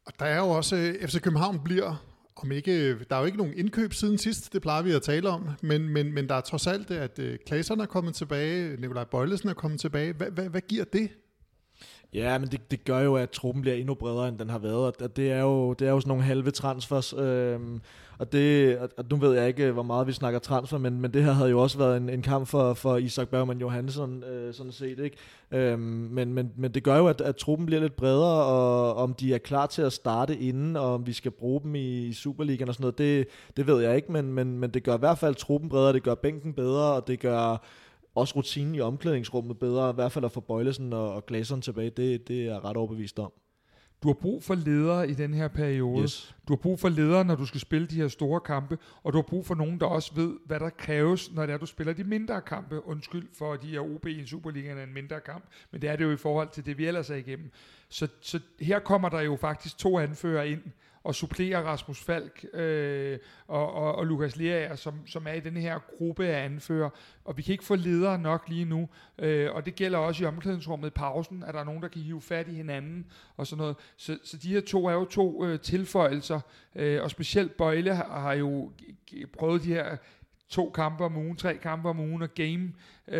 Og der er jo også, FC København bliver, om ikke, der er jo ikke nogen indkøb siden sidst, det plejer vi at tale om, men der er trods alt det, at Claesson er kommet tilbage, Nikolaj Bøjlesen er kommet tilbage. Hvad giver det? Ja, men det gør jo, at truppen bliver endnu bredere, end den har været, og det er jo sådan nogle halve transfers, og nu ved jeg ikke, hvor meget vi snakker transfer, men det her havde jo også været en kamp for Isak Bergman Johansson, sådan set, ikke? Men det gør jo, at truppen bliver lidt bredere, og om de er klar til at starte inden, og om vi skal bruge dem i Superligaen og sådan noget, det ved jeg ikke, men det gør i hvert fald truppen bredere, det gør bænken bedre, og det gør også rutinen i omklædningsrummet bedre, i hvert fald at få Bøjlesen og Claesson tilbage, det er jeg ret overbevist om. Du har brug for ledere i den her periode. Yes. Du har brug for ledere, når du skal spille de her store kampe, og du har brug for nogen, der også ved, hvad der kræves, når det er, du spiller de mindre kampe. Undskyld for, de her OB i Superligaen er en mindre kamp, men det er det jo i forhold til det, vi ellers er igennem. Så her kommer der jo faktisk 2 anfører ind, og supplerer Rasmus Falk og Lukas Lerager, som er i den her gruppe af anfører. Og vi kan ikke få ledere nok lige nu. Og det gælder også i omklædningsrummet i pausen, at der er nogen, der kan hive fat i hinanden og sådan noget. Så de her 2 er jo 2 tilføjelser. Og specielt Bøjle har jo prøvet de her 2 kampe om ugen, 3 kampe om ugen, og game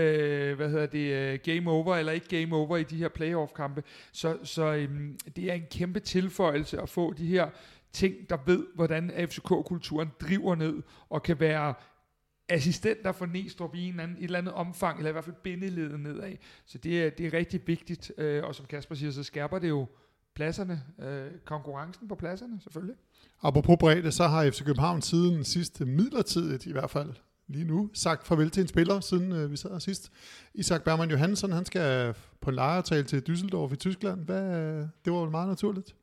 over, eller ikke game over i de her playoff-kampe. Så det er en kæmpe tilføjelse at få de her ting, der ved, hvordan FCK-kulturen driver ned, og kan være assistenter for Næstrup i et eller andet omfang, eller i hvert fald bindeledet nedad. Så det er rigtig vigtigt, og som Kasper siger, så skærper det jo pladserne, konkurrencen på pladserne, selvfølgelig. Apropos bredde, så har FC København siden sidste midlertidigt i hvert fald lige nu sagt farvel til en spiller, siden vi sad her sidst. Isak Bergman Johansson, han skal på en lejeaftale til Düsseldorf i Tyskland. Det var jo meget naturligt.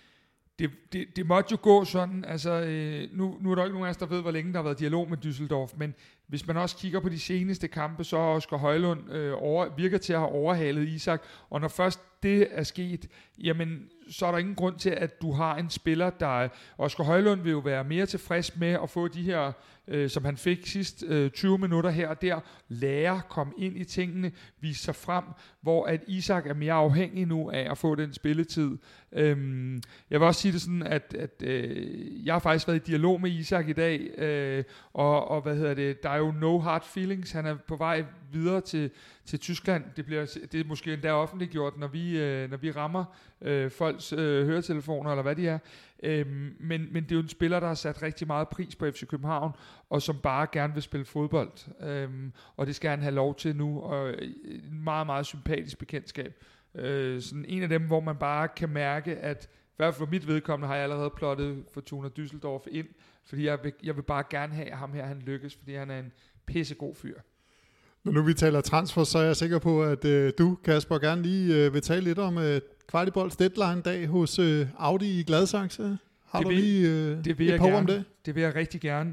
Det måtte jo gå sådan, altså nu er der ikke nogen af os, der ved, hvor længe der har været dialog med Düsseldorf, men hvis man også kigger på de seneste kampe, så har Oscar Højlund virker til at have overhalet Isak, og når først det er sket, jamen så er der ingen grund til, at du har en spiller, der Oscar Højlund vil jo være mere tilfreds med at få de her, som han fik sidst 20 minutter her og der, lære, komme ind i tingene, vise sig frem, hvor at Isak er mere afhængig nu af at få den spilletid. Jeg vil også sige det sådan, at jeg har faktisk været i dialog med Isak i dag, og der er jo no hard feelings, han er på vej videre til Tyskland. Det er måske endda offentliggjort, når vi rammer folks høretelefoner, eller hvad de er. Men det er jo en spiller, der har sat rigtig meget pris på FC København, og som bare gerne vil spille fodbold. Og det skal han have lov til nu, og en meget, meget sympatisk bekendtskab. Sådan en af dem, hvor man bare kan mærke, at i hvert fald for mit vedkommende har jeg allerede plottet Fortuna Düsseldorf ind, fordi jeg vil bare gerne have ham her, han lykkes, fordi han er en pissegod fyr. Når nu vi taler transfer, så er jeg sikker på, at du, Kasper, gerne lige vil tale lidt om Kvartibolds deadline-dag hos Audi i Gladsaxe. Har du lige et par om det? Det vil jeg rigtig gerne.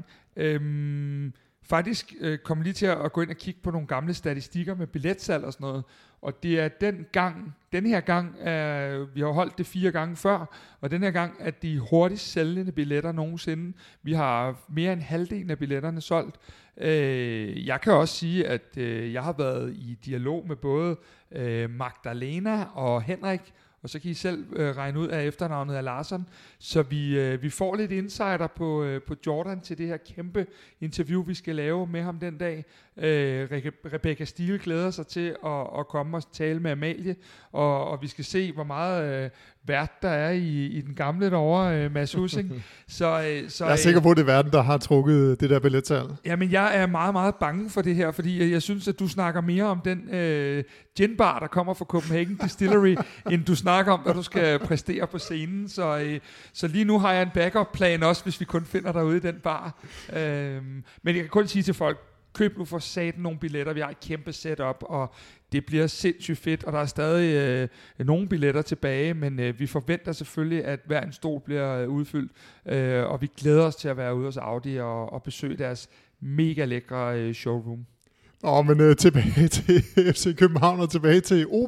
Faktisk kom lige til at gå ind og kigge på nogle gamle statistikker med billetsalg og sådan noget. Og det er den her gang, vi har holdt det 4 gange før, og den her gang er de hurtigst sælgende billetter nogensinde. Vi har mere end halvdelen af billetterne solgt. Jeg kan også sige, at jeg har været i dialog med både Magdalena og Henrik, og så kan I selv regne ud af efternavnet af Larsson. Så vi får lidt insider på Jordan til det her kæmpe interview, vi skal lave med ham den dag. Rebecca Stiel glæder sig til at komme og tale med Amalie, og vi skal se, hvor meget vært der er i den gamle derovre, Mads Hussing. Så jeg er sikker på, at det er verden, der har trukket det der billetsalg. Jamen, jeg er meget, meget bange for det her, fordi jeg synes, at du snakker mere om den ginbar, der kommer fra Copenhagen Distillery, end du snakker om, hvad du skal præstere på scenen. Så lige nu har jeg en backup-plan også, hvis vi kun finder dig ude i den bar. Men jeg kan kun sige til folk, køb nu for satan nogle billetter, vi har et kæmpe setup, og det bliver sindssygt fedt, og der er stadig nogle billetter tilbage, men vi forventer selvfølgelig, at hver en stol bliver udfyldt, og vi glæder os til at være ude hos Audi og besøge deres mega lækre showroom. Men tilbage til FC København og tilbage til OB.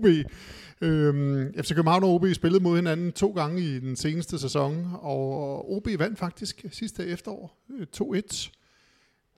FC København og OB spillede mod hinanden 2 gange i den seneste sæson, og OB vandt faktisk sidste efterår 2-1.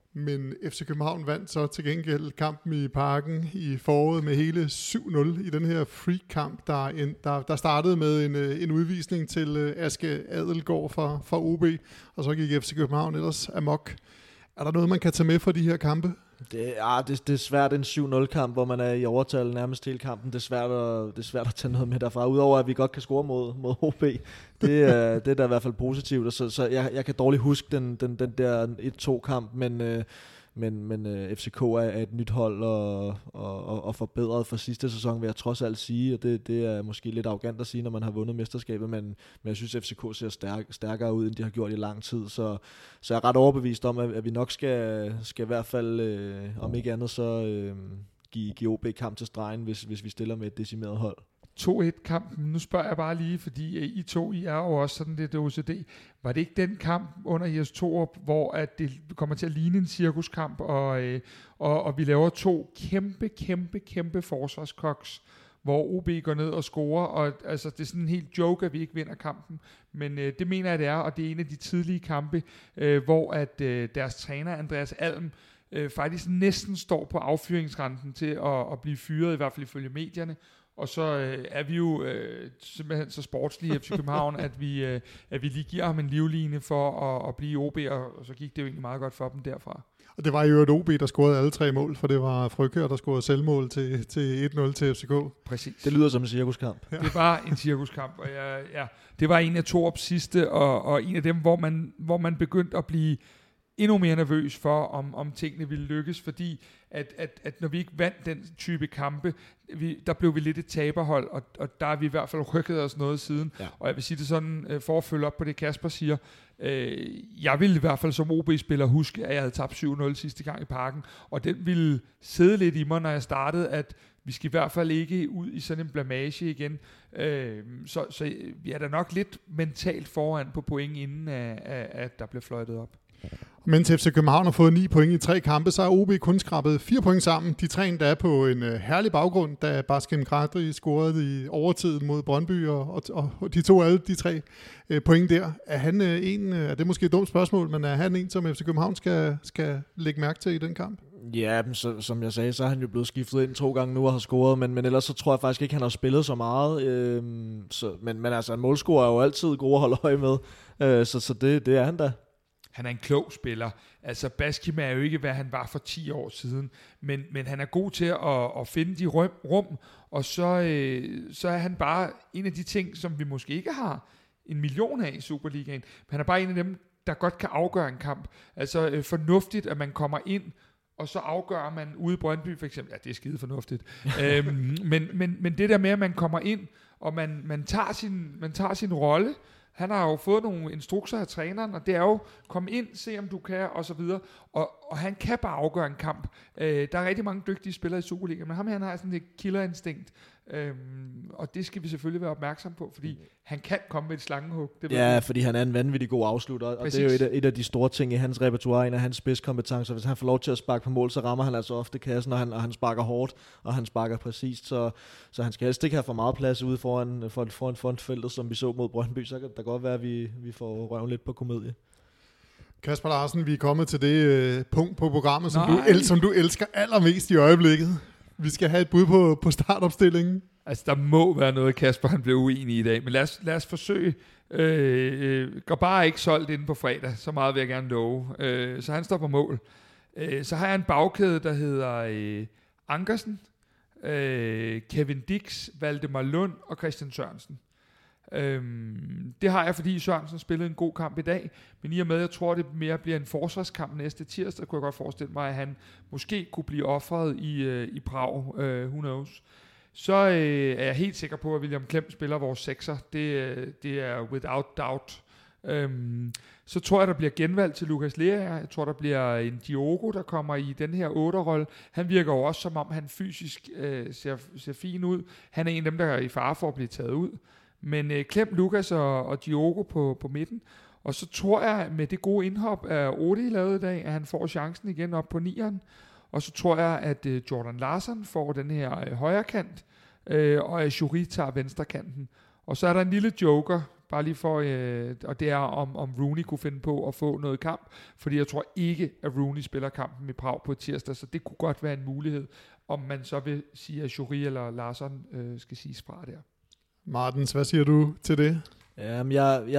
Men FC København vandt så til gengæld kampen i Parken i foråret med hele 7-0 i den her freak-kamp, der startede med en udvisning til Aske Adelgaard fra OB, og så gik FC København ellers amok. Er der noget, man kan tage med fra de her kampe? Det er svært en 7-0-kamp, hvor man er i overtal nærmest hele kampen. Det er svært at tage noget med derfra, udover at vi godt kan score mod OB. Det er da i hvert fald positivt, så jeg kan dårligt huske den der 1-2-kamp, men FCK er et nyt hold og forbedret fra sidste sæson, vil jeg trods alt sige, og det er måske lidt arrogant at sige, når man har vundet mesterskabet, men jeg synes, at FCK ser stærkere ud, end de har gjort i lang tid, så jeg er ret overbevist om, at vi nok skal i hvert fald, om ikke andet, så give OB kamp til stregen, hvis vi stiller med et decimeret hold. 2-1-kampen, nu spørger jeg bare lige, fordi I er jo også sådan lidt OCD. Var det ikke den kamp under Jes Torup, hvor at det kommer til at ligne en cirkuskamp, og vi laver 2 kæmpe forsvarskoks, hvor OB går ned og scorer, og altså, det er sådan en helt joke, at vi ikke vinder kampen, men det mener jeg, det er, og det er en af de tidlige kampe, hvor at deres træner, Andreas Alm, faktisk næsten står på affyringsrenten til at blive fyret, i hvert fald ifølge medierne. Og så er vi jo simpelthen så sportslige i FC København, at vi lige giver ham en livline for at blive OB, og så gik det jo egentlig meget godt for dem derfra. Og det var jo et OB, der scorede alle 3 mål, for det var Frøkjær, der scorede selvmål til 1-0 til FCK. Præcis. Det lyder som en cirkuskamp. Ja. Det var en cirkuskamp, og det var en af Torups sidste, og en af dem, hvor man begyndte at blive endnu mere nervøs for, om tingene ville lykkes, fordi at når vi ikke vandt den type kampe, der blev vi lidt et taberhold, og der har vi i hvert fald rykket os noget siden. Ja. Og jeg vil sige det sådan, for at følge op på det, Kasper siger, jeg ville i hvert fald som OB-spiller huske, at jeg havde tabt 7-0 sidste gang i Parken, og den ville sidde lidt i mig, når jeg startede, at vi skal i hvert fald ikke ud i sådan en blamage igen. Så vi er da nok lidt mentalt foran på point, inden at der blev fløjtet op. Mens FC København har fået 9 point i 3 kampe, så har OB kun skrabet 4 point sammen. De 3 der er på en herlig baggrund, da Baskem Kadri scorede i overtiden mod Brøndby, og de tog alle de 3 point der. Er han er det måske et dumt spørgsmål, men er han en, som FC København skal lægge mærke til i den kamp? Ja, som jeg sagde, så er han jo blevet skiftet ind 2 gange nu og har scoret, men ellers så tror jeg faktisk ikke, han har spillet så meget. Men altså, en målscorer er jo altid god at holde øje med, så det er han da. Han er en klog spiller. Altså, Baskim er jo ikke, hvad han var for 10 år siden, men han er god til at finde de rum, og så er han bare en af de ting, som vi måske ikke har en million af i Superligaen, men han er bare en af dem, der godt kan afgøre en kamp. Altså, fornuftigt, at man kommer ind, og så afgør man ude i Brøndby for eksempel. Ja, det er skide fornuftigt. Men det der med, at man kommer ind, og man tager sin rolle. Han har jo fået nogle instrukser af træneren, og det er jo, kom ind, se om du kan, og så videre. Og han kan bare afgøre en kamp. Der er rigtig mange dygtige spillere i Superligaen, men ham her, han har sådan et killerinstinkt. Og det skal vi selvfølgelig være opmærksom på, fordi han kan komme med et slangehug. Fordi han er en vanvittig god afslutter, og det er jo et af de store ting i hans repertoire, en af hans spidskompetencer. Hvis han får lov til at sparke på mål, så rammer han altså ofte kassen, og han sparker hårdt, og han sparker præcist, så han skal helst ikke have for meget plads ude foran frontfeltet, som vi så mod Brøndby, så kan det godt være, at vi får røven lidt på komedie. Kasper Larsen, vi er kommet til det punkt på programmet, som du elsker allermest i øjeblikket. Vi skal have et bud på startopstillingen. Altså, der må være noget, Kasper han blev uenig i dag, men lad os forsøge. Går bare ikke solgt inden på fredag, så meget vil jeg gerne love. Så han står på mål. Så har jeg en bagkæde, der hedder Ankersen, Kevin Dix, Valdemar Lund og Christian Sørensen. Det har jeg, fordi Sørensen spillede en god kamp i dag, men i og med, jeg tror, det mere bliver en forsvarskamp næste tirsdag, kunne jeg godt forestille mig, at han måske kunne blive offret i Prag, who knows. Så er jeg helt sikker på, at William Klem spiller vores sekser. Det er without doubt. Så tror jeg, der bliver genvalg til Lukas Lea. Jeg tror, der bliver en Diogo, der kommer i den her 8'er-rolle. Han virker jo også, som om han fysisk ser fin ud. Han er en af dem, der er i fare for at blive taget ud. Men Klem, Lukas og Diogo på midten. Og så tror jeg, med det gode indhop af Odi lavet i dag, at han får chancen igen op på 9'eren. Og så tror jeg, at Jordan Larsen får den her højre kant, og at Jury tager venstre kanten. Og så er der en lille joker bare lige for, og det er om Rooney kunne finde på at få noget kamp, fordi jeg tror ikke, at Rooney spiller kampen i Prag på tirsdag, så det kunne godt være en mulighed, om man så vil sige, at Jory eller Larsson skal siges fra der. Martens, hvad siger du til det? Jamen,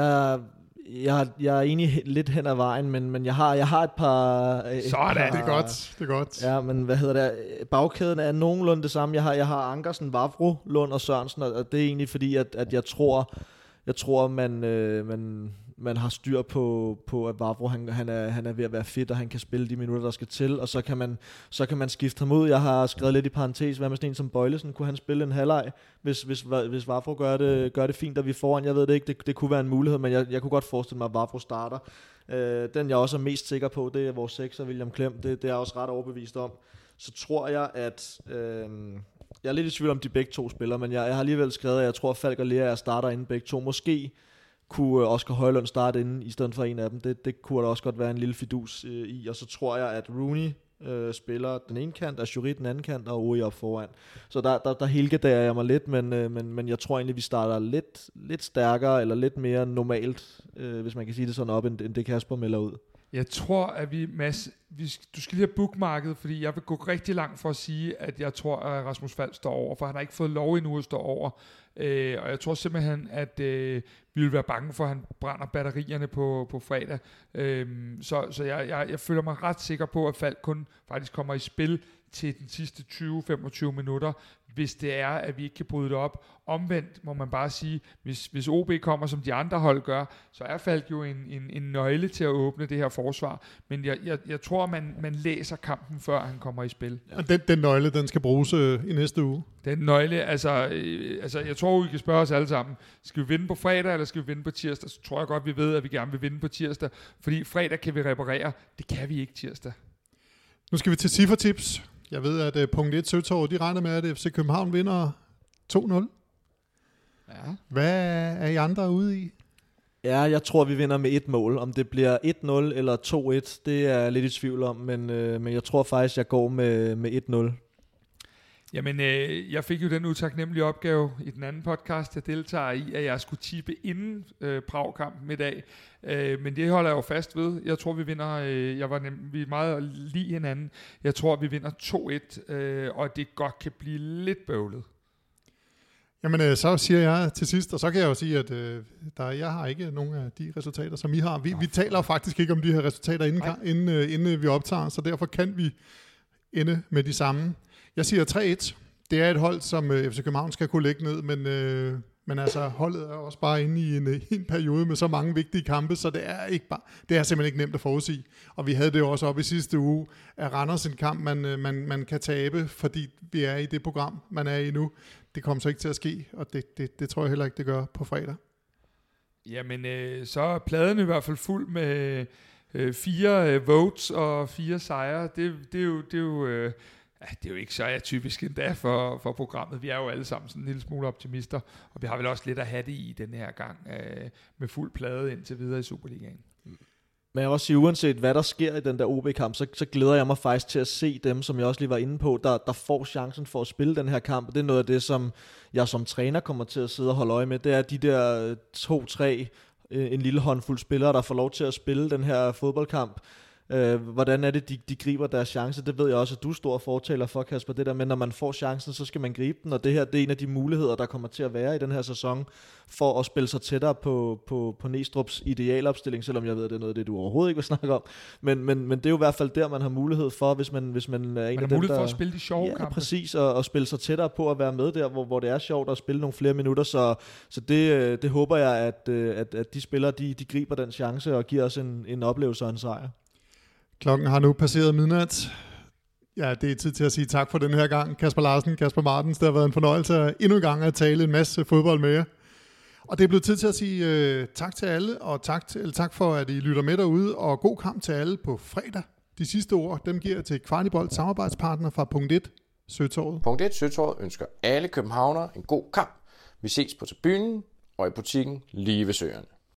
jeg er egentlig lidt hen ad vejen, men jeg har et par... Sådan, det er godt. Ja, men bagkæden er nogenlunde det samme. Jeg har Ankersen, Vavro, Lund og Sørensen, og det er egentlig fordi, at jeg tror man har styr på at Vavro, han er ved at være fit, og han kan spille de minutter, der skal til, og så kan man skifte ham ud. Jeg har skrevet lidt i parentes, hvad med sådan en som Bøjlesen, kunne han spille en halvleg, hvis Vavro gør det fint, og vi foran, jeg ved det ikke, det kunne være en mulighed, men jeg kunne godt forestille mig, at Vavro starter. Den jeg også er mest sikker på, det er vores sekser, William Klem, det er jeg også ret overbevist om. Så tror jeg, at... jeg er lidt i tvivl om de begge to spillere, men jeg har alligevel skrevet, at jeg tror, at Falk og Lea starter inden begge to. Måske kunne Oscar Højlund starte inden i stedet for en af dem. Det kunne der også godt være en lille fidus i. Og så tror jeg, at Rooney spiller den ene kant, og Jory den anden kant, og Uri op foran. Så der helgarderer jeg mig lidt, men jeg tror egentlig, vi starter lidt stærkere, eller lidt mere normalt, hvis man kan sige det sådan op, end det Kasper melder ud. Jeg tror, at du skal lige have bookmarket, fordi jeg vil gå rigtig langt for at sige, at jeg tror, at Rasmus Falk står over, for han har ikke fået lov endnu at stå over. Og jeg tror simpelthen, at vi vil være bange for, at han brænder batterierne på fredag. Så jeg føler mig ret sikker på, at Falk kun faktisk kommer i spil til den sidste 20-25 minutter, hvis det er, at vi ikke kan bryde det op. Omvendt må man bare sige, hvis OB kommer, som de andre hold gør, så er Falk jo en nøgle til at åbne det her forsvar. Men jeg tror, man læser kampen, før han kommer i spil. Og den nøgle, den skal bruges i næste uge? Den nøgle, altså jeg tror, vi kan spørge os alle sammen, skal vi vinde på fredag, eller skal vi vinde på tirsdag? Så tror jeg godt, vi ved, at vi gerne vil vinde på tirsdag, fordi fredag kan vi reparere. Det kan vi ikke tirsdag. Nu skal vi til ciffertips. Jeg ved, at punkt 1 Søtorvet, de regner med, at FC København vinder 2-0. Ja. Hvad er I andre ude i? Ja, jeg tror, vi vinder med 1 mål. Om det bliver 1-0 eller 2-1, det er jeg lidt i tvivl om, men jeg tror faktisk, jeg går med 1-0. Jamen, jeg fik jo den utaknemmelige opgave i den anden podcast, jeg deltager i, at jeg skulle tippe inden Prag-kampen i dag. Men det holder jeg jo fast ved. Jeg tror, vi vinder, vi er meget lige hinanden. Jeg tror, vi vinder 2-1, og det godt kan blive lidt bøvlet. Jamen, så siger jeg til sidst, og så kan jeg jo sige, at jeg har ikke nogen af de resultater, som I har. Vi taler faktisk ikke om de her resultater, inden vi optager, så derfor kan vi ende med de samme. Jeg siger 3-1. Det er et hold, som FC København skal kunne lægge ned, men altså holdet er også bare inde i en periode med så mange vigtige kampe, så det er simpelthen ikke nemt at forudsige. Og vi havde det jo også op i sidste uge, at Randers en kamp, man kan tabe, fordi vi er i det program, man er i nu. Det kommer så ikke til at ske, og det tror jeg heller ikke, det gør på fredag. Jamen, så er pladen i hvert fald fuld med 4 votes og 4 sejre. Det er jo ikke så atypisk endda for programmet. Vi er jo alle sammen sådan en lille smule optimister, og vi har vel også lidt at have det i den her gang med fuld plade indtil videre i Superligaen. Men jeg vil også sige, uanset hvad der sker i den der OB-kamp, så glæder jeg mig faktisk til at se dem, som jeg også lige var inde på, der får chancen for at spille den her kamp. Det er noget af det, som jeg som træner kommer til at sidde og holde øje med. Det er de der 2-3, en lille håndfuld spillere, der får lov til at spille den her fodboldkamp. Hvordan er det, de griber deres chance? Det ved jeg også, at du er stor fortaler for, Kasper. Det der med, når man får chancen, så skal man gribe den, og det her, det er en af de muligheder, der kommer til at være i den her sæson, for at spille sig tættere på Næstrups idealopstilling, selvom jeg ved, at det er noget af det, du overhovedet ikke vil snakke om. Men det er jo i hvert fald der, man har mulighed for, hvis man er en af dem, mulighed for at spille de sjove kampe. Ja, præcis, og spille sig tættere på at være med der, hvor det er sjovt at spille nogle flere minutter, så det håber jeg, at de spillere, de griber den chance og giver os en oplevelse og en sejr. Klokken har nu passeret midnat. Ja, det er tid til at sige tak for den her gang. Kasper Larsen, Kasper Martens, det har været en fornøjelse endnu en gang at tale en masse fodbold med jer. Og det er blevet tid til at sige tak til alle, og tak for, at I lytter med derude, og god kamp til alle på fredag. De sidste ord, dem giver jeg til Kvartibolt samarbejdspartner fra punkt 1 Søtorvet. Punkt 1 Søtorvet ønsker alle københavnere en god kamp. Vi ses på tribunen og i butikken lige ved Søerne.